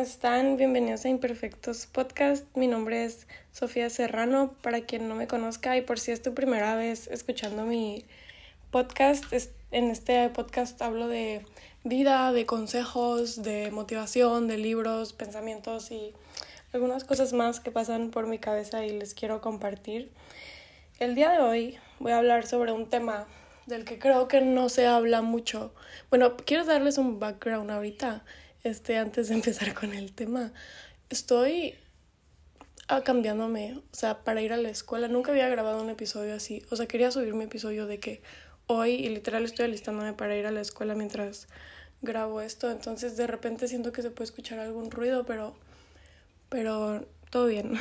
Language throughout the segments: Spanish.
están? Bienvenidos a Imperfectos Podcast. Mi nombre es Sofía Serrano, para quien no me conozca y por si es tu primera vez escuchando mi podcast. En este podcast hablo de vida, de consejos, de motivación, de libros, pensamientos y algunas cosas más que pasan por mi cabeza y les quiero compartir. El día de hoy voy a hablar sobre un tema del que creo que no se habla mucho. Bueno, quiero darles un background ahorita. Antes de empezar con el tema, estoy cambiándome, para ir a la escuela. Nunca había grabado un episodio así, quería subir mi episodio de que hoy, y literal estoy alistándome para ir a la escuela mientras grabo esto, entonces de repente siento que se puede escuchar algún ruido, pero todo bien.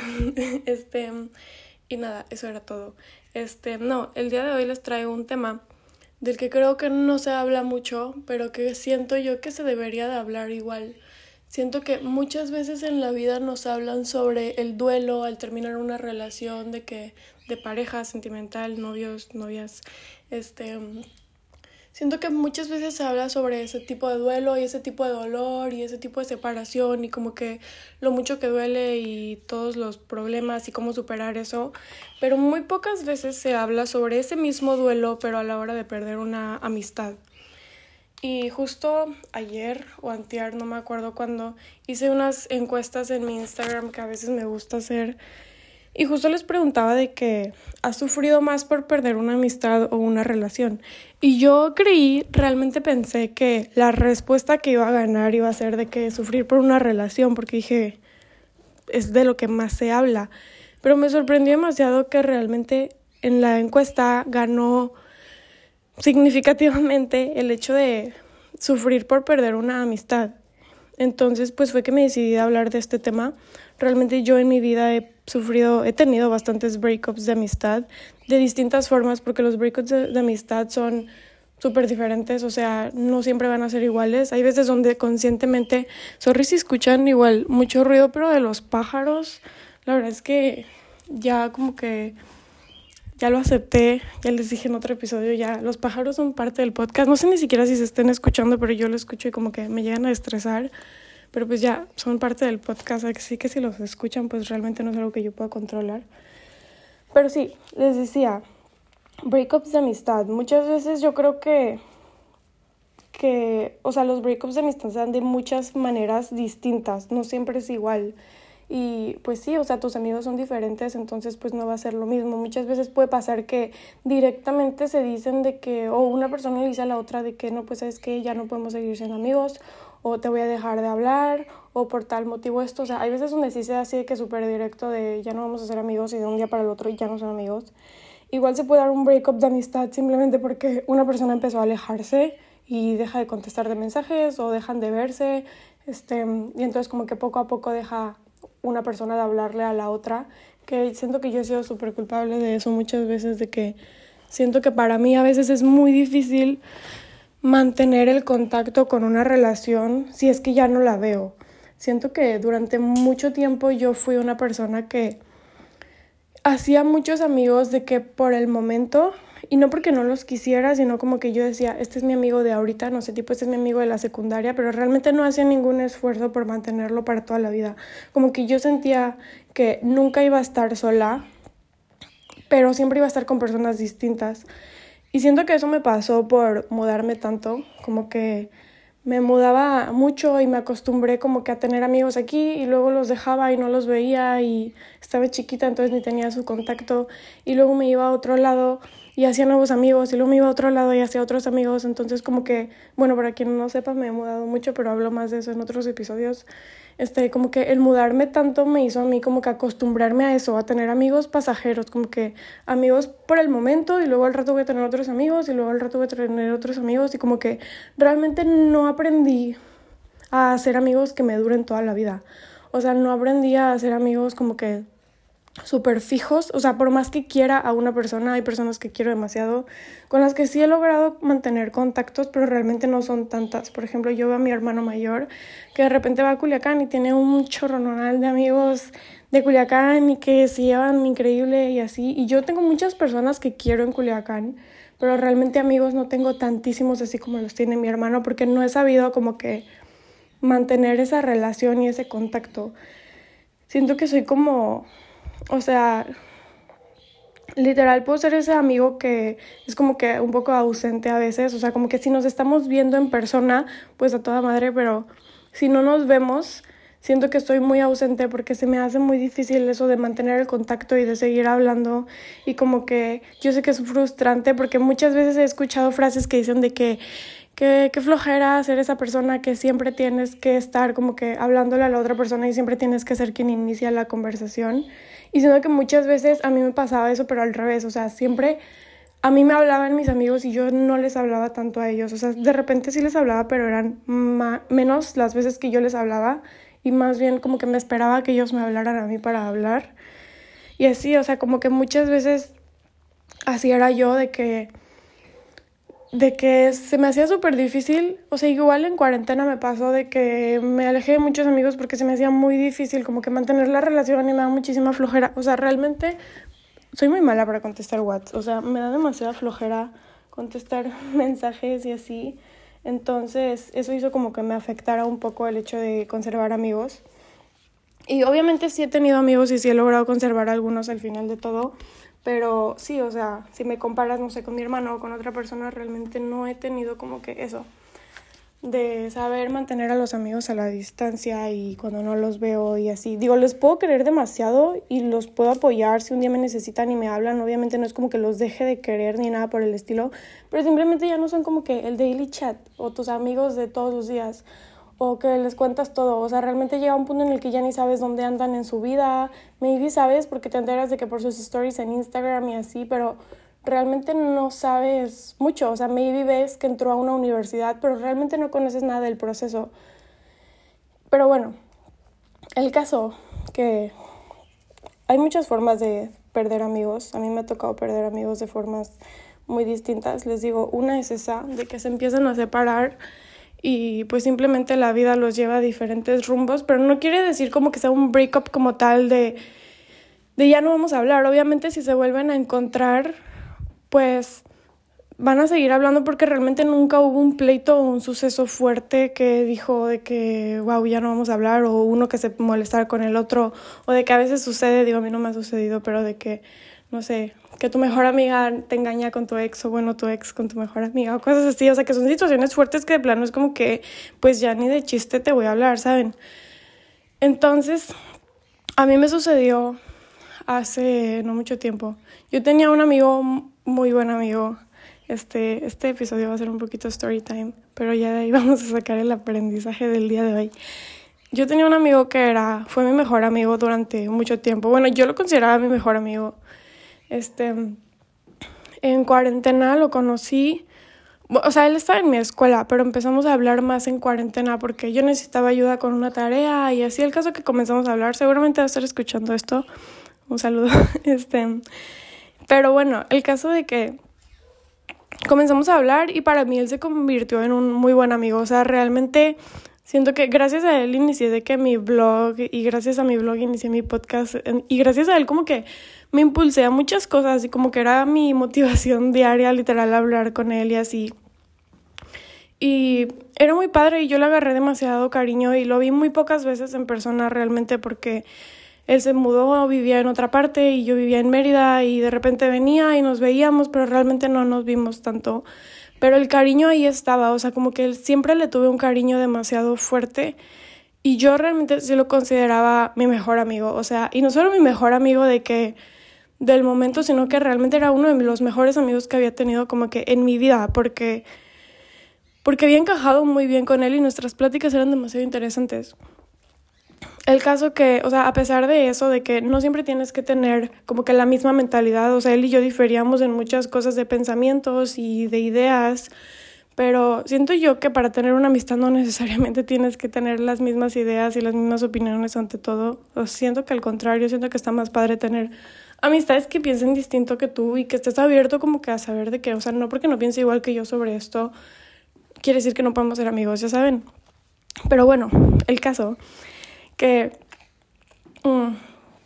Y nada, eso era todo. El día de hoy les traigo un tema del que creo que no se habla mucho, pero que siento yo que se debería de hablar igual. Siento que muchas veces en la vida nos hablan sobre el duelo al terminar una relación de pareja sentimental, novios, novias. Siento que muchas veces se habla sobre ese tipo de duelo y ese tipo de dolor y ese tipo de separación y como que lo mucho que duele y todos los problemas y cómo superar eso, pero muy pocas veces se habla sobre ese mismo duelo, pero a la hora de perder una amistad. Y justo ayer o antier, no me acuerdo cuándo, hice unas encuestas en mi Instagram que a veces me gusta hacer. Y justo les preguntaba de que ¿has sufrido más por perder una amistad o una relación? Y yo realmente pensé que la respuesta que iba a ganar iba a ser de que sufrir por una relación, porque dije, es de lo que más se habla. Pero me sorprendió demasiado que realmente en la encuesta ganó significativamente el hecho de sufrir por perder una amistad. Entonces, pues fue que me decidí a hablar de este tema. Realmente yo en mi vida he tenido bastantes breakups de amistad de distintas formas, porque los breakups de amistad son súper diferentes, no siempre van a ser iguales. Hay veces donde conscientemente, sorry si escuchan igual mucho ruido, pero de los pájaros, la verdad es que ya como que ya lo acepté, ya les dije en otro episodio, ya los pájaros son parte del podcast. No sé ni siquiera si se estén escuchando, pero yo lo escucho y como que me llegan a estresar. Pero pues ya, son parte del podcast, así que si los escuchan, pues realmente no es algo que yo pueda controlar. Pero sí, les decía, breakups de amistad. Muchas veces yo creo que los breakups de amistad se dan de muchas maneras distintas, no siempre es igual. Y pues sí, tus amigos son diferentes, entonces pues no va a ser lo mismo. Muchas veces puede pasar que directamente se dicen de que, o una persona le dice a la otra de que no, pues es que ya no podemos seguir siendo amigos, o te voy a dejar de hablar, o por tal motivo esto. Hay veces donde sí se da así de que súper directo de ya no vamos a ser amigos y de un día para el otro ya no son amigos. Igual se puede dar un breakup de amistad simplemente porque una persona empezó a alejarse y deja de contestar de mensajes o dejan de verse, y entonces como que poco a poco deja una persona de hablarle a la otra, que siento que yo he sido súper culpable de eso muchas veces, de que siento que para mí a veces es muy difícil mantener el contacto con una relación si es que ya no la veo. Siento que durante mucho tiempo yo fui una persona que hacía muchos amigos de que por el momento, y no porque no los quisiera, sino como que yo decía, este es mi amigo de ahorita, no sé, tipo, este es mi amigo de la secundaria, pero realmente no hacía ningún esfuerzo por mantenerlo para toda la vida. Como que yo sentía que nunca iba a estar sola, pero siempre iba a estar con personas distintas. Y siento que eso me pasó por mudarme tanto, como que me mudaba mucho y me acostumbré como que a tener amigos aquí y luego los dejaba y no los veía y estaba chiquita, entonces ni tenía su contacto, y luego me iba a otro lado y hacía nuevos amigos y luego me iba a otro lado y hacía otros amigos. Entonces como que, bueno, para quien no sepa, me he mudado mucho, pero hablo más de eso en otros episodios. Como que el mudarme tanto me hizo a mí como que acostumbrarme a eso, a tener amigos pasajeros, como que amigos por el momento y luego al rato voy a tener otros amigos y luego al rato voy a tener otros amigos, y como que realmente no aprendí a hacer amigos que me duren toda la vida. No aprendí a hacer amigos como que súper fijos. Por más que quiera a una persona, hay personas que quiero demasiado, con las que sí he logrado mantener contactos, pero realmente no son tantas. Por ejemplo, yo veo a mi hermano mayor que de repente va a Culiacán y tiene un chorronal de amigos de Culiacán y que se llevan increíble y así. Y yo tengo muchas personas que quiero en Culiacán, pero realmente amigos no tengo tantísimos así como los tiene mi hermano, porque no he sabido como que mantener esa relación y ese contacto. Siento que soy como, o sea, literal puedo ser ese amigo que es como que un poco ausente a veces, o sea, como que si nos estamos viendo en persona, pues a toda madre, pero si no nos vemos, siento que estoy muy ausente porque se me hace muy difícil eso de mantener el contacto y de seguir hablando, y como que yo sé que es frustrante porque muchas veces he escuchado frases que dicen de que qué flojera ser esa persona que siempre tienes que estar como que hablándole a la otra persona y siempre tienes que ser quien inicia la conversación. Y siento que muchas veces a mí me pasaba eso, pero al revés, o sea, siempre a mí me hablaban mis amigos y yo no les hablaba tanto a ellos. O sea, de repente sí les hablaba, pero eran menos las veces que yo les hablaba, y más bien como que me esperaba que ellos me hablaran a mí para hablar. Y así, o sea, como que muchas veces así era yo, de que se me hacía súper difícil. O sea, igual en cuarentena me pasó de que me alejé de muchos amigos porque se me hacía muy difícil como que mantener la relación y me da muchísima flojera. O sea, realmente soy muy mala para contestar WhatsApp. O sea, me da demasiada flojera contestar mensajes y así. Entonces, eso hizo como que me afectara un poco el hecho de conservar amigos. Y obviamente sí he tenido amigos y sí he logrado conservar algunos al final de todo. Pero sí, o sea, si me comparas, no sé, con mi hermano o con otra persona, realmente no he tenido como que eso de saber mantener a los amigos a la distancia y cuando no los veo y así. Digo, les puedo querer demasiado y los puedo apoyar si un día me necesitan y me hablan. Obviamente no es como que los deje de querer ni nada por el estilo, pero simplemente ya no son como que el daily chat o tus amigos de todos los días, o que les cuentas todo. O sea, realmente llega un punto en el que ya ni sabes dónde andan en su vida. Maybe sabes porque te enteras de que por sus stories en Instagram y así, pero realmente no sabes mucho. O sea, maybe ves que entró a una universidad, pero realmente no conoces nada del proceso. Pero bueno, el caso que hay muchas formas de perder amigos. A mí me ha tocado perder amigos de formas muy distintas. Les digo, una es esa, de que se empiezan a separar y pues simplemente la vida los lleva a diferentes rumbos, pero no quiere decir como que sea un breakup como tal de ya no vamos a hablar. Obviamente si se vuelven a encontrar, pues van a seguir hablando porque realmente nunca hubo un pleito o un suceso fuerte que dijo de que wow, ya no vamos a hablar, o uno que se molestara con el otro, o de que a veces sucede, digo, a mí no me ha sucedido, pero de que, no sé, que tu mejor amiga te engaña con tu ex, o bueno, tu ex con tu mejor amiga, o cosas así. O sea, que son situaciones fuertes que de plano es como que pues ya ni de chiste te voy a hablar, ¿saben? Entonces, a mí me sucedió hace no mucho tiempo. Yo tenía un amigo, muy buen amigo. Este episodio va a ser un poquito story time, pero ya de ahí vamos a sacar el aprendizaje del día de hoy. Yo tenía un amigo que fue mi mejor amigo durante mucho tiempo. Bueno, yo lo consideraba mi mejor amigo. En cuarentena lo conocí. O sea, él estaba en mi escuela, pero empezamos a hablar más en cuarentena porque yo necesitaba ayuda con una tarea y así. El caso que comenzamos a hablar, seguramente va a estar escuchando esto. Un saludo. Pero bueno, el caso de que comenzamos a hablar y para mí él se convirtió en un muy buen amigo. O sea, realmente siento que gracias a él inicié de que mi blog, y gracias a mi blog inicié mi podcast, y gracias a él como que me impulsé a muchas cosas y como que era mi motivación diaria, literal, hablar con él y así. Y era muy padre y yo le agarré demasiado cariño y lo vi muy pocas veces en persona realmente porque él se mudó, vivía en otra parte y yo vivía en Mérida, y de repente venía y nos veíamos, pero realmente no nos vimos tanto. Pero el cariño ahí estaba, o sea, como que él siempre le tuve un cariño demasiado fuerte y yo realmente sí lo consideraba mi mejor amigo. O sea, y no solo mi mejor amigo de que del momento, sino que realmente era uno de los mejores amigos que había tenido como que en mi vida, porque había encajado muy bien con él y nuestras pláticas eran demasiado interesantes. El caso que, o sea, a pesar de eso, de que no siempre tienes que tener como que la misma mentalidad, o sea, él y yo diferíamos en muchas cosas de pensamientos y de ideas, pero siento yo que para tener una amistad no necesariamente tienes que tener las mismas ideas y las mismas opiniones ante todo. O siento que al contrario, siento que está más padre tener amistades que piensen distinto que tú y que estés abierto como que a saber de qué, o sea, no porque no piense igual que yo sobre esto, quiere decir que no podemos ser amigos, ya saben. Pero bueno, el caso que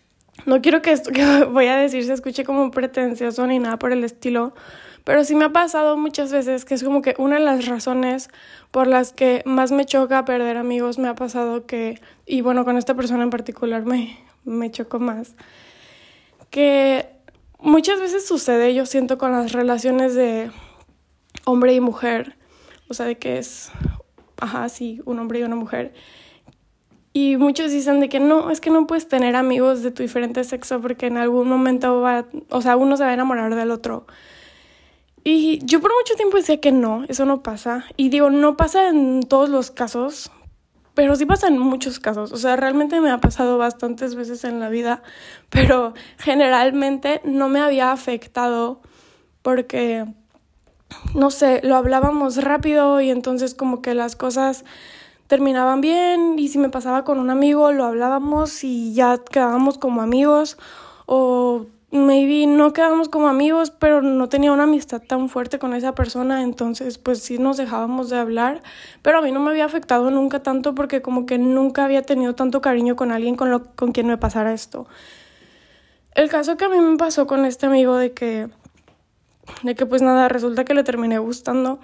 no quiero que esto que voy a decir se escuche como pretencioso ni nada por el estilo, pero sí me ha pasado muchas veces que es como que una de las razones por las que más me choca perder amigos, me ha pasado que, y bueno, con esta persona en particular me chocó más, que muchas veces sucede, yo siento, con las relaciones de hombre y mujer, o sea, de que es, sí, un hombre y una mujer. Y muchos dicen de que no, es que no puedes tener amigos de tu diferente sexo porque en algún momento uno se va a enamorar del otro. Y yo por mucho tiempo decía que no, eso no pasa. Y digo, no pasa en todos los casos, pero sí pasa en muchos casos. O sea, realmente me ha pasado bastantes veces en la vida, pero generalmente no me había afectado porque, no sé, lo hablábamos rápido y entonces como que las cosas terminaban bien, y si me pasaba con un amigo lo hablábamos y ya quedábamos como amigos, o maybe no quedábamos como amigos, pero no tenía una amistad tan fuerte con esa persona, entonces pues sí nos dejábamos de hablar, pero a mí no me había afectado nunca tanto porque como que nunca había tenido tanto cariño con alguien con quien me pasara esto. El caso que a mí me pasó con este amigo de que pues nada, resulta que le terminé gustando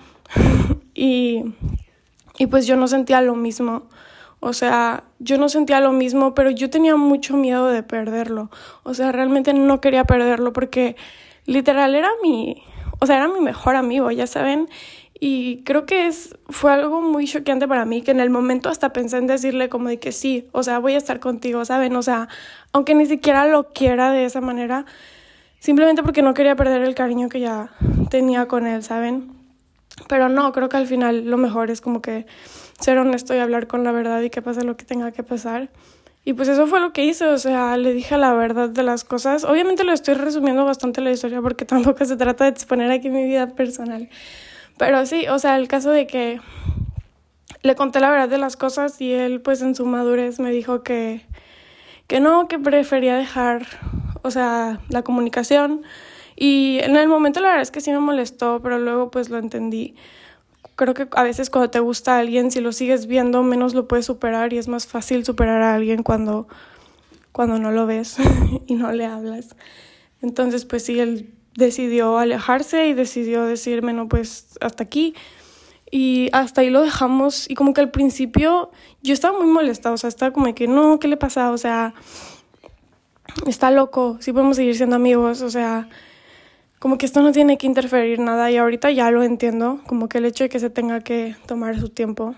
y pues yo no sentía lo mismo. O sea, yo no sentía lo mismo, pero yo tenía mucho miedo de perderlo. O sea, realmente no quería perderlo porque literal era mi mejor amigo, ya saben. Y creo que fue algo muy choqueante para mí, que en el momento hasta pensé en decirle como de que sí, o sea, voy a estar contigo, ¿saben? O sea, aunque ni siquiera lo quiera de esa manera, simplemente porque no quería perder el cariño que ya tenía con él, ¿saben? Pero no, creo que al final lo mejor es como que ser honesto y hablar con la verdad y que pase lo que tenga que pasar. Y pues eso fue lo que hice, o sea, le dije la verdad de las cosas. Obviamente lo estoy resumiendo bastante la historia porque tampoco se trata de exponer aquí mi vida personal. Pero sí, o sea, el caso de que le conté la verdad de las cosas y él pues en su madurez me dijo que no, que prefería dejar, o sea, la comunicación. Y en el momento la verdad es que sí me molestó, pero luego pues lo entendí. Creo que a veces cuando te gusta a alguien, si lo sigues viendo, menos lo puedes superar y es más fácil superar a alguien cuando no lo ves y no le hablas. Entonces pues sí, él decidió alejarse y decidió decirme, no, pues hasta aquí. Y hasta ahí lo dejamos y como que al principio yo estaba muy molesta, o sea, estaba como de que no, ¿qué le pasa? O sea, está loco, sí podemos seguir siendo amigos, o sea, como que esto no tiene que interferir nada y ahorita ya lo entiendo, como que el hecho de que se tenga que tomar su tiempo.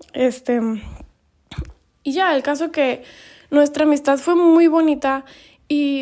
Y ya, el caso que nuestra amistad fue muy bonita y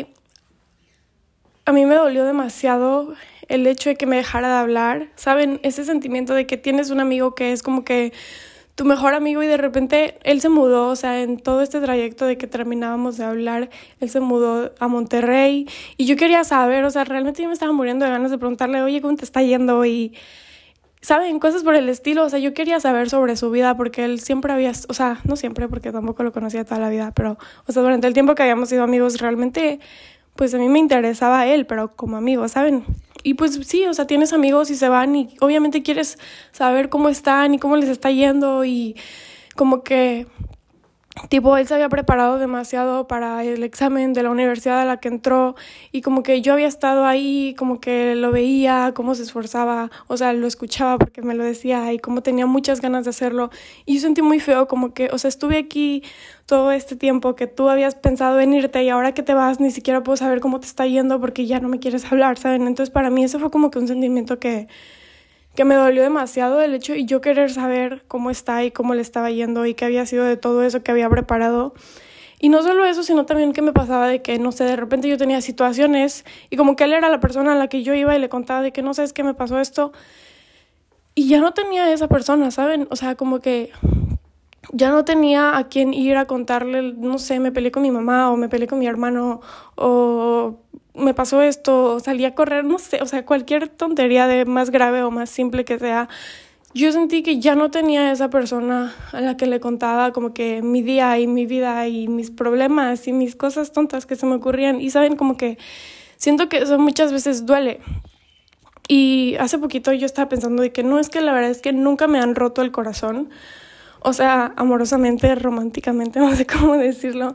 a mí me dolió demasiado el hecho de que me dejara de hablar, ¿saben? Ese sentimiento de que tienes un amigo que es como que tu mejor amigo y de repente él se mudó, o sea, en todo este trayecto de que terminábamos de hablar, él se mudó a Monterrey y yo quería saber, o sea, realmente yo me estaba muriendo de ganas de preguntarle, oye, ¿cómo te está yendo? Y, ¿saben? Cosas por el estilo, o sea, yo quería saber sobre su vida porque él siempre había, o sea, no siempre porque tampoco lo conocía toda la vida, pero, o sea, durante el tiempo que habíamos sido amigos, realmente, pues a mí me interesaba él, pero como amigo, ¿saben? Y pues sí, o sea, tienes amigos y se van y obviamente quieres saber cómo están y cómo les está yendo y como que, tipo, él se había preparado demasiado para el examen de la universidad a la que entró y como que yo había estado ahí, como que lo veía, cómo se esforzaba, o sea, lo escuchaba porque me lo decía y como tenía muchas ganas de hacerlo y yo sentí muy feo como que, o sea, estuve aquí todo este tiempo que tú habías pensado en irte y ahora que te vas ni siquiera puedo saber cómo te está yendo porque ya no me quieres hablar, ¿saben? Entonces para mí eso fue como que un sentimiento que me dolió demasiado el hecho y yo querer saber cómo está y cómo le estaba yendo y qué había sido de todo eso que había preparado. Y no solo eso, sino también que me pasaba de que, no sé, de repente yo tenía situaciones y como que él era la persona a la que yo iba y le contaba de que no sé, es que me pasó esto y ya no tenía a esa persona, ¿saben? O sea, como que ya no tenía a quién ir a contarle, no sé, me peleé con mi mamá o me peleé con mi hermano o me pasó esto, o salí a correr, no sé, o sea, cualquier tontería de más grave o más simple que sea. Yo sentí que ya no tenía a esa persona a la que le contaba como que mi día y mi vida y mis problemas y mis cosas tontas que se me ocurrían. Y saben, como que siento que eso muchas veces duele. Y hace poquito yo estaba pensando de que no, es que la verdad es que nunca me han roto el corazón. o sea, amorosamente, románticamente, no sé cómo decirlo.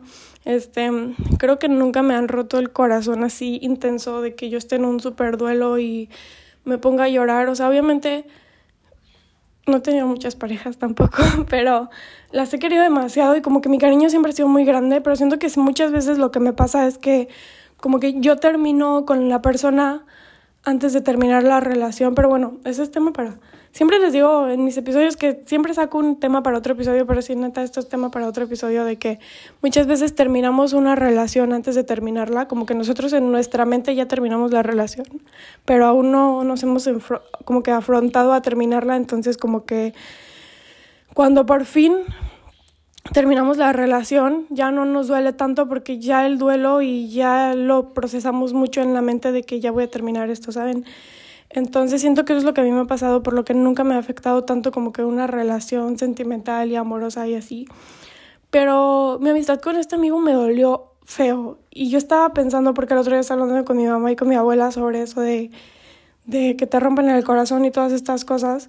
Creo que nunca me han roto el corazón así intenso de que yo esté en un súper duelo y me ponga a llorar. O sea, obviamente no he tenido muchas parejas tampoco, pero las he querido demasiado y como que mi cariño siempre ha sido muy grande, pero siento que muchas veces lo que me pasa es que como que yo termino con la persona antes de terminar la relación, pero bueno, ese es tema para... Siempre les digo en mis episodios que siempre saco un tema para otro episodio, pero sí, neta, esto es tema para otro episodio, de que muchas veces terminamos una relación antes de terminarla, como que nosotros en nuestra mente ya terminamos la relación, pero aún no nos hemos como que afrontado a terminarla, entonces como que cuando por fin terminamos la relación, ya no nos duele tanto porque ya el duelo y ya lo procesamos mucho en la mente de que ya voy a terminar esto, ¿saben? Entonces siento que eso es lo que a mí me ha pasado, por lo que nunca me ha afectado tanto como que una relación sentimental y amorosa y así. Pero mi amistad con este amigo me dolió feo. Y yo estaba pensando, porque el otro día estaba hablando con mi mamá y con mi abuela sobre eso de que te rompen el corazón y todas estas cosas.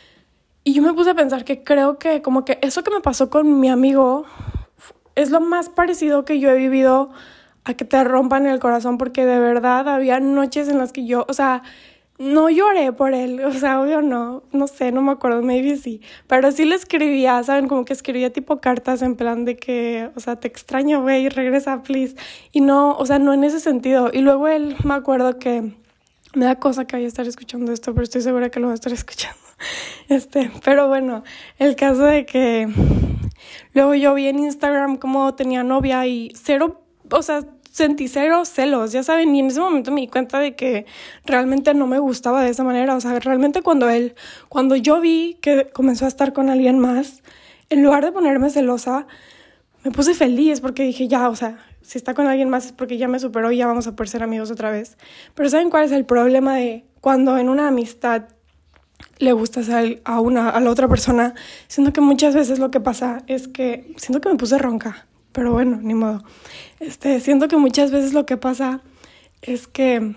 Y yo me puse a pensar que creo que como que eso que me pasó con mi amigo es lo más parecido que yo he vivido a que te rompan el corazón, porque de verdad había noches en las que yo, o sea, no lloré por él, o sea, obvio no sé, no me acuerdo, maybe sí, pero sí le escribía, ¿saben? Como que escribía tipo cartas en plan de que, o sea, te extraño, güey, regresa, please, y no, o sea, no en ese sentido. Y luego él, me acuerdo que me da cosa que vaya a estar escuchando esto, pero estoy segura que lo va a estar escuchando. Pero bueno, el caso de que luego yo vi en Instagram cómo tenía novia y cero, o sea, sentí cero celos, ya saben, y en ese momento me di cuenta de que realmente no me gustaba de esa manera. O sea, realmente cuando yo vi que comenzó a estar con alguien más, en lugar de ponerme celosa, me puse feliz porque dije, ya, o sea, si está con alguien más es porque ya me superó y ya vamos a poder ser amigos otra vez. Pero ¿saben cuál es el problema de cuando en una amistad le gustas a la otra persona? Siento que muchas veces lo que pasa es que siento que me puse ronca, pero bueno, ni modo. Siento que muchas veces lo que pasa es que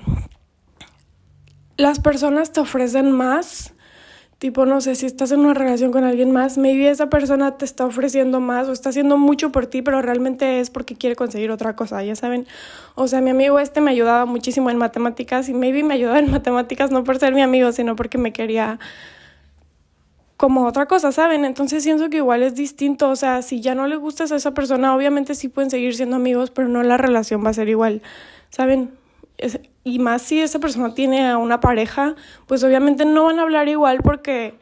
las personas te ofrecen más, tipo, no sé, si estás en una relación con alguien más, maybe esa persona te está ofreciendo más o está haciendo mucho por ti, pero realmente es porque quiere conseguir otra cosa, ya saben. O sea, mi amigo me ayudaba muchísimo en matemáticas y maybe me ayudaba en matemáticas no por ser mi amigo, sino porque me quería como otra cosa, ¿saben? Entonces siento que igual es distinto. O sea, si ya no le gustas a esa persona, obviamente sí pueden seguir siendo amigos, pero no la relación va a ser igual, ¿saben? Y más si esa persona tiene a una pareja, pues obviamente no van a hablar igual porque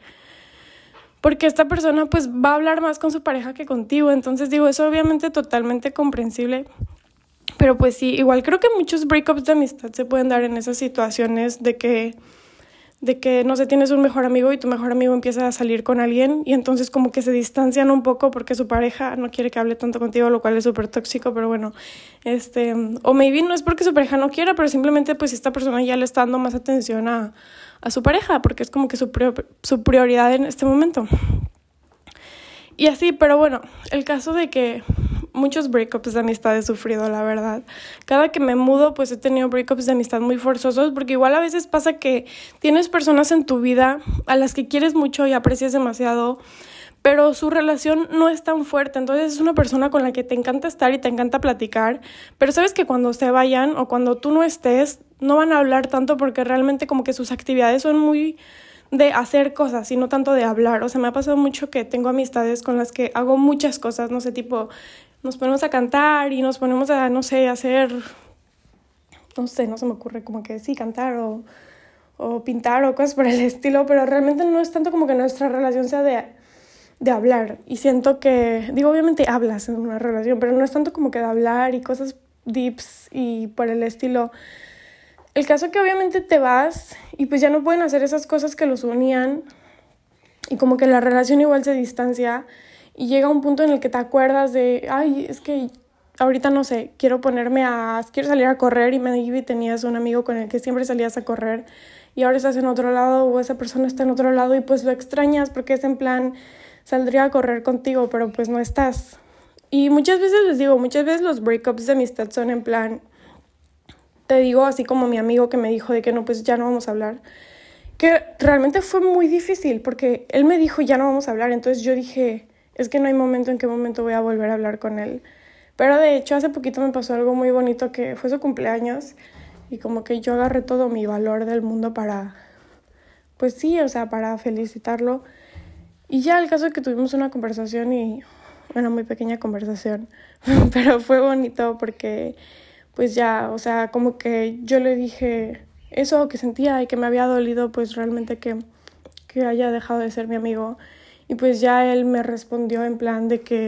esta persona pues va a hablar más con su pareja que contigo. Entonces digo, eso obviamente totalmente comprensible. Pero pues sí, igual creo que muchos breakups de amistad se pueden dar en esas situaciones de que, no sé, tienes un mejor amigo y tu mejor amigo empieza a salir con alguien y entonces como que se distancian un poco porque su pareja no quiere que hable tanto contigo, lo cual es súper tóxico, pero bueno, o maybe no es porque su pareja no quiera, pero simplemente pues esta persona ya le está dando más atención a su pareja, porque es como que su prioridad en este momento. Y así, pero bueno, el caso de que muchos breakups de amistad he sufrido, la verdad. Cada que me mudo, pues he tenido breakups de amistad muy forzosos, porque igual a veces pasa que tienes personas en tu vida a las que quieres mucho y aprecias demasiado, pero su relación no es tan fuerte. Entonces es una persona con la que te encanta estar y te encanta platicar, pero sabes que cuando se vayan o cuando tú no estés, no van a hablar tanto porque realmente como que sus actividades son muy de hacer cosas y no tanto de hablar. O sea, me ha pasado mucho que tengo amistades con las que hago muchas cosas, no sé, tipo, nos ponemos a cantar y nos ponemos a, no sé, hacer, no sé, no se me ocurre, como que sí, cantar o pintar o cosas por el estilo, pero realmente no es tanto como que nuestra relación sea de hablar. Y siento que, digo, obviamente hablas en una relación, pero no es tanto como que de hablar y cosas deeps y por el estilo. El caso es que obviamente te vas y pues ya no pueden hacer esas cosas que los unían y como que la relación igual se distancia y llega un punto en el que te acuerdas de, ay, es que ahorita no sé, quiero salir a correr y maybe tenías un amigo con el que siempre salías a correr y ahora estás en otro lado o esa persona está en otro lado y pues lo extrañas porque es en plan, saldría a correr contigo, pero pues no estás. Y muchas veces los breakups de amistad son en plan, te digo, así como mi amigo que me dijo de que no, pues ya no vamos a hablar, que realmente fue muy difícil porque él me dijo ya no vamos a hablar, entonces yo dije, es que no hay momento en qué momento voy a volver a hablar con él. Pero de hecho hace poquito me pasó algo muy bonito que fue su cumpleaños y como que yo agarré todo mi valor del mundo para, pues sí, o sea, para felicitarlo. Y ya el caso es que tuvimos una conversación y, bueno, muy pequeña conversación, pero fue bonito porque pues ya, o sea, como que yo le dije eso que sentía y que me había dolido, pues realmente que haya dejado de ser mi amigo. Y pues ya él me respondió en plan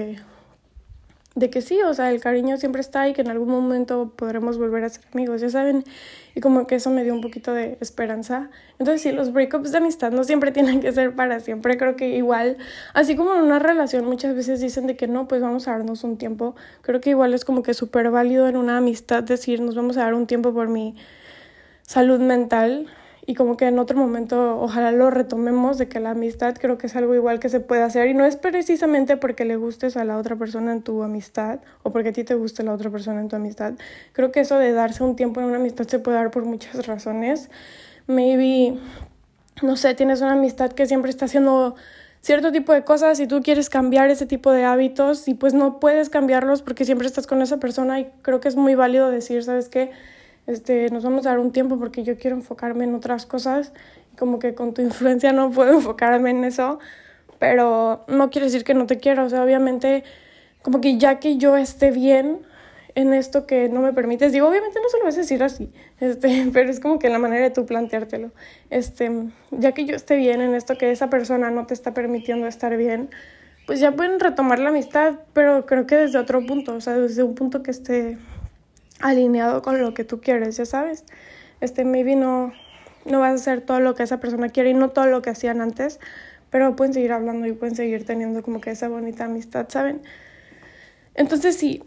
de que sí, o sea, el cariño siempre está y que en algún momento podremos volver a ser amigos, ya saben, y como que eso me dio un poquito de esperanza. Entonces sí, los breakups de amistad no siempre tienen que ser para siempre, creo que igual, así como en una relación muchas veces dicen de que no, pues vamos a darnos un tiempo, creo que igual es como que súper válido en una amistad decir nos vamos a dar un tiempo por mi salud mental. Y como que en otro momento ojalá lo retomemos, de que la amistad creo que es algo igual que se puede hacer y no es precisamente porque le gustes a la otra persona en tu amistad o porque a ti te guste la otra persona en tu amistad. Creo que eso de darse un tiempo en una amistad se puede dar por muchas razones. Maybe, no sé, tienes una amistad que siempre está haciendo cierto tipo de cosas y tú quieres cambiar ese tipo de hábitos y pues no puedes cambiarlos porque siempre estás con esa persona y creo que es muy válido decir, ¿sabes qué? Nos vamos a dar un tiempo porque yo quiero enfocarme en otras cosas, como que con tu influencia no puedo enfocarme en eso, pero no quiere decir que no te quiero, o sea, obviamente, como que ya que yo esté bien en esto que no me permites, digo, obviamente no se lo vas a decir así, pero es como que la manera de tú planteártelo, ya que yo esté bien en esto que esa persona no te está permitiendo estar bien, pues ya pueden retomar la amistad, pero creo que desde otro punto, o sea, desde un punto que esté alineado con lo que tú quieres, ya sabes. Maybe no vas a hacer todo lo que esa persona quiere y no todo lo que hacían antes, pero pueden seguir hablando y pueden seguir teniendo como que esa bonita amistad, ¿saben? Entonces sí,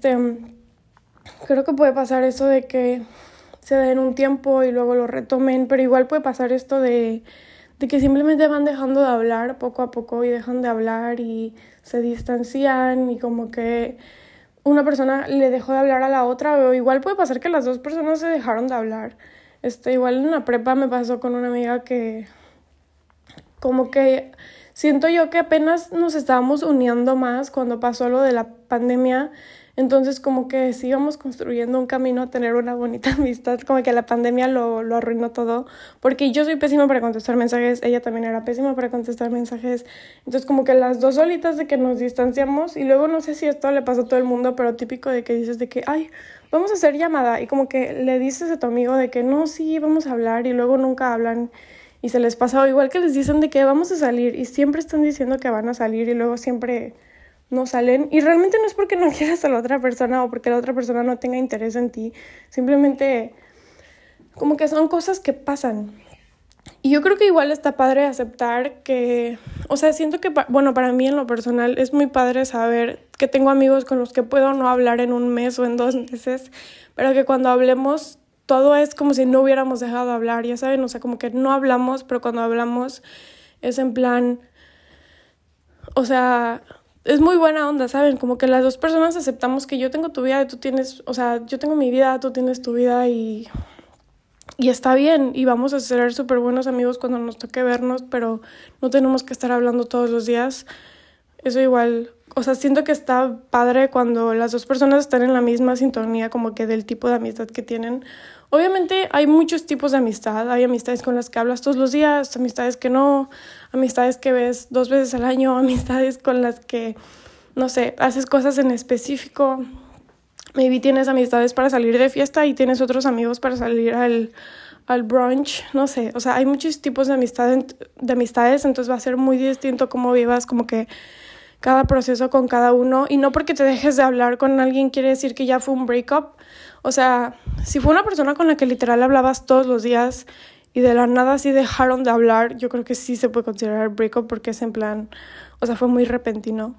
creo que puede pasar eso de que se den un tiempo y luego lo retomen, pero igual puede pasar esto de que simplemente van dejando de hablar poco a poco y dejan de hablar y se distancian y como que una persona le dejó de hablar a la otra, o igual puede pasar que las dos personas se dejaron de hablar. Igual en la prepa me pasó con una amiga que como que siento yo que apenas nos estábamos uniendo más cuando pasó lo de la pandemia, entonces como que sí íbamos construyendo un camino a tener una bonita amistad, como que la pandemia lo arruinó todo, porque yo soy pésima para contestar mensajes, ella también era pésima para contestar mensajes, entonces como que las dos solitas de que nos distanciamos y luego no sé si esto le pasó a todo el mundo, pero típico de que dices de que, ay, vamos a hacer llamada y como que le dices a tu amigo de que no, sí, vamos a hablar y luego nunca hablan. Y se les pasa, o igual que les dicen de que vamos a salir y siempre están diciendo que van a salir y luego siempre no salen. Y realmente no es porque no quieras a la otra persona o porque la otra persona no tenga interés en ti. Simplemente como que son cosas que pasan. Y yo creo que igual está padre aceptar que, o sea, siento que, bueno, para mí en lo personal es muy padre saber que tengo amigos con los que puedo no hablar en un mes o en 2 meses, pero que cuando hablemos todo es como si no hubiéramos dejado de hablar, ya saben, o sea, como que no hablamos, pero cuando hablamos es en plan, o sea, es muy buena onda, ¿saben? Como que las dos personas aceptamos que yo tengo tu vida y tú tienes, o sea, yo tengo mi vida, tú tienes tu vida y está bien y vamos a ser súper buenos amigos cuando nos toque vernos, pero no tenemos que estar hablando todos los días. Eso igual, o sea, siento que está padre cuando las dos personas están en la misma sintonía como que del tipo de amistad que tienen. Obviamente hay muchos tipos de amistad, hay amistades con las que hablas todos los días, amistades que no, amistades que ves 2 veces al año, amistades con las que, no sé, haces cosas en específico. Maybe tienes amistades para salir de fiesta y tienes otros amigos para salir al brunch, no sé, o sea, hay muchos tipos de amistades, entonces va a ser muy distinto cómo vivas como que cada proceso con cada uno, y no porque te dejes de hablar con alguien quiere decir que ya fue un breakup. O sea, si fue una persona con la que literal hablabas todos los días y de la nada sí dejaron de hablar, yo creo que sí se puede considerar breakup porque es en plan, o sea, fue muy repentino.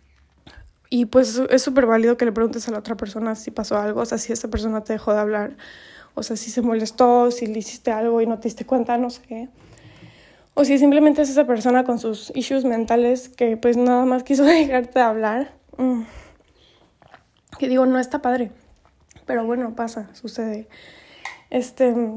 Y pues es súper válido que le preguntes a la otra persona si pasó algo, o sea, si esa persona te dejó de hablar, o sea, si se molestó, si le hiciste algo y no te diste cuenta, no sé. O si simplemente es esa persona con sus issues mentales que pues nada más quiso dejarte de hablar. Que digo, no está padre. Pero bueno, pasa, sucede.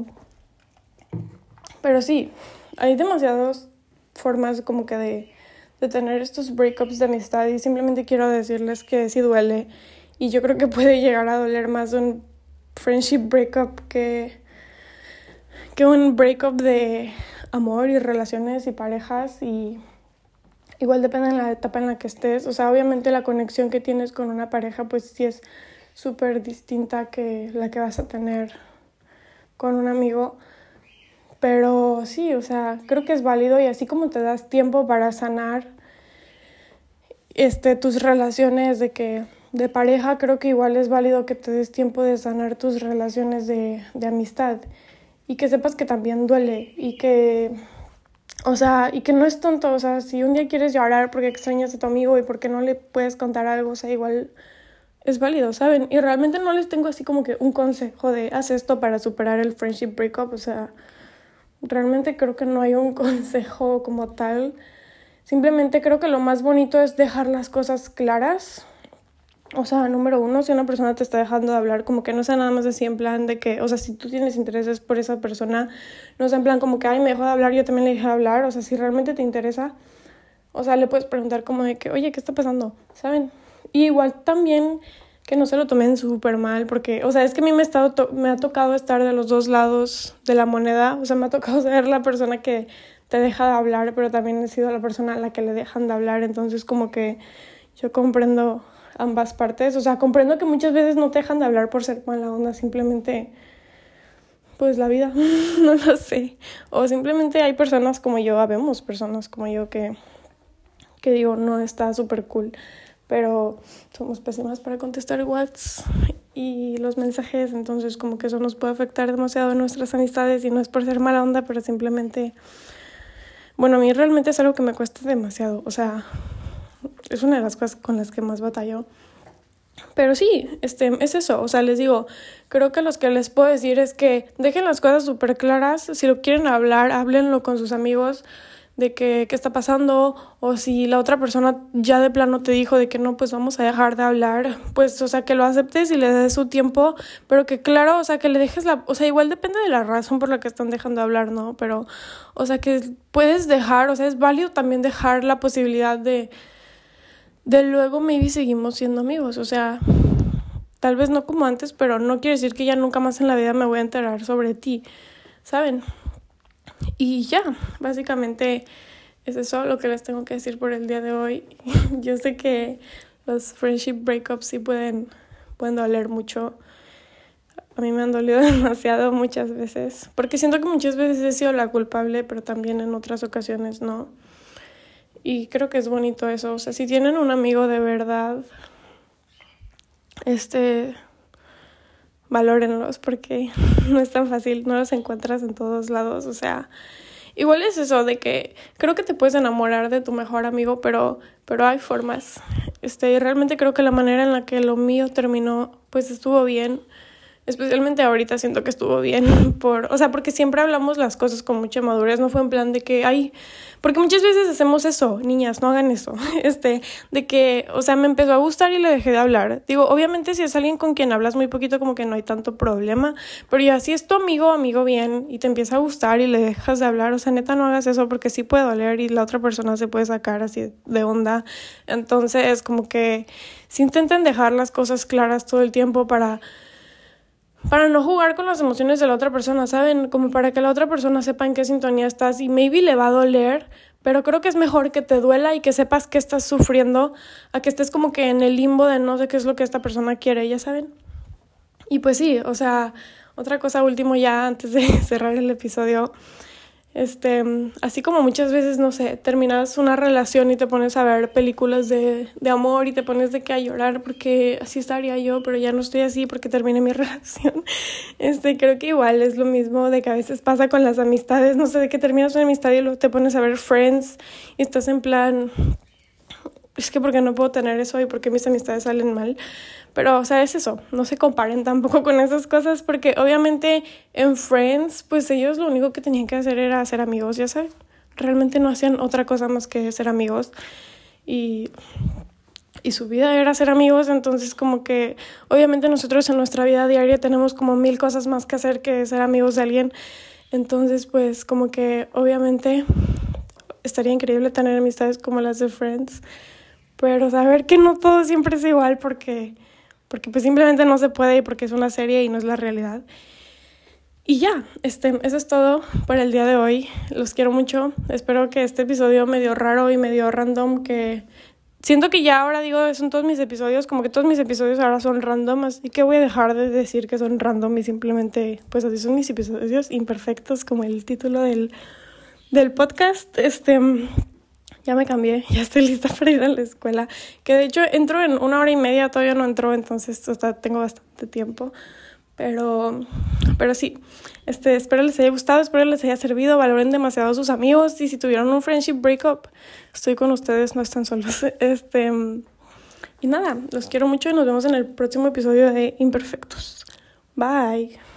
Pero sí, hay demasiadas formas como que de tener estos breakups de amistad y simplemente quiero decirles que sí duele y yo creo que puede llegar a doler más un friendship breakup que un breakup de amor y relaciones y parejas y igual depende de la etapa en la que estés. O sea, obviamente la conexión que tienes con una pareja pues sí es súper distinta que la que vas a tener con un amigo. Pero sí, o sea, creo que es válido y así como te das tiempo para sanar tus relaciones de pareja, creo que igual es válido que te des tiempo de sanar tus relaciones de amistad y que sepas que también duele y que no es tonto. O sea, si un día quieres llorar porque extrañas a tu amigo y porque no le puedes contar algo, o sea, igual es válido, ¿saben? Y realmente no les tengo así como que un consejo de haz esto para superar el friendship breakup, o sea, realmente creo que no hay un consejo como tal. Simplemente creo que lo más bonito es dejar las cosas claras. O sea, número uno, si una persona te está dejando de hablar, como que no sea nada más así en plan de que, o sea, si tú tienes intereses por esa persona, no sea en plan como que, ay, me dejó de hablar, yo también le dejé de hablar. O sea, si realmente te interesa, o sea, le puedes preguntar como de que, oye, ¿qué está pasando? ¿Saben? Y igual también que no se lo tomen súper mal, porque, o sea, es que a mí me ha tocado estar de los dos lados de la moneda. O sea, me ha tocado ser la persona que te deja de hablar, pero también he sido la persona a la que le dejan de hablar. Entonces, como que yo comprendo ambas partes. O sea, comprendo que muchas veces no te dejan de hablar por ser mala onda, simplemente, pues la vida, no lo sé. O simplemente hay personas como yo, habemos personas como yo que digo, no está súper cool. Pero somos pésimas para contestar WhatsApp y los mensajes, entonces como que eso nos puede afectar demasiado en nuestras amistades y no es por ser mala onda, pero simplemente, bueno, a mí realmente es algo que me cuesta demasiado, o sea, es una de las cosas con las que más batallo. Pero sí, es eso, o sea, les digo, creo que lo que les puedo decir es que dejen las cosas súper claras, si lo quieren hablar, háblenlo con sus amigos, de qué está pasando, o si la otra persona ya de plano te dijo de que no, pues vamos a dejar de hablar, pues, o sea, que lo aceptes y le des su tiempo, pero que claro, o sea, que le dejes o sea, igual depende de la razón por la que están dejando de hablar, ¿no? Pero, o sea, que puedes dejar, o sea, es válido también dejar la posibilidad de luego maybe seguimos siendo amigos, o sea, tal vez no como antes, pero no quiere decir que ya nunca más en la vida me voy a enterar sobre ti, ¿saben? Y ya, básicamente es eso lo que les tengo que decir por el día de hoy. Yo sé que los friendship breakups sí pueden doler mucho. A mí me han dolido demasiado muchas veces, porque siento que muchas veces he sido la culpable, pero también en otras ocasiones no. Y creo que es bonito eso. O sea, si tienen un amigo de verdad, valórenlos, porque no es tan fácil, no los encuentras en todos lados. O sea, igual es eso de que creo que te puedes enamorar de tu mejor amigo, pero hay formas. Y realmente creo que la manera en la que lo mío terminó, pues estuvo bien. Especialmente ahorita siento que estuvo bien, porque siempre hablamos las cosas con mucha madurez, no fue en plan de que, porque muchas veces hacemos eso, niñas, no hagan eso, de que, o sea, me empezó a gustar y le dejé de hablar. Digo, obviamente si es alguien con quien hablas muy poquito, como que no hay tanto problema, pero ya si es tu amigo bien, y te empieza a gustar y le dejas de hablar, o sea, neta no hagas eso porque sí puede doler y la otra persona se puede sacar así de onda. Entonces, como que si intenten dejar las cosas claras todo el tiempo para no jugar con las emociones de la otra persona, ¿saben? Como para que la otra persona sepa en qué sintonía estás y maybe le va a doler, pero creo que es mejor que te duela y que sepas que estás sufriendo a que estés como que en el limbo de no sé qué es lo que esta persona quiere, ¿ya saben? Y pues sí, o sea, otra cosa último ya antes de cerrar el episodio, así como muchas veces, no sé, terminas una relación y te pones a ver películas de amor y te pones de que a llorar porque así estaría yo, pero ya no estoy así porque terminé mi relación. Creo que igual es lo mismo de que a veces pasa con las amistades, no sé, de que terminas una amistad y luego te pones a ver Friends y estás en plan, es que porque no puedo tener eso y porque mis amistades salen mal. Pero, o sea, es eso, no se comparen tampoco con esas cosas porque obviamente en Friends, pues ellos lo único que tenían que hacer era ser amigos, ya saben. Realmente no hacían otra cosa más que ser amigos y su vida era ser amigos, entonces como que obviamente nosotros en nuestra vida diaria tenemos como 1000 cosas más que hacer que ser amigos de alguien. Entonces, pues como que obviamente estaría increíble tener amistades como las de Friends, pero saber que no todo siempre es igual porque pues simplemente no se puede y porque es una serie y no es la realidad. Y ya, eso es todo por el día de hoy. Los quiero mucho. Espero que este episodio medio raro y medio random, que siento que ya ahora digo, son todos mis episodios, como que todos mis episodios ahora son random, así que voy a dejar de decir que son random y simplemente, pues así son mis episodios imperfectos, como el título del podcast. Ya me cambié, ya estoy lista para ir a la escuela, que de hecho entro en 1 hora y media, todavía no entro, entonces tengo bastante tiempo. Pero sí, espero les haya gustado, espero les haya servido, valoren demasiado a sus amigos y si tuvieron un friendship breakup, estoy con ustedes, no están solos. Y nada, los quiero mucho y nos vemos en el próximo episodio de Imperfectos. Bye.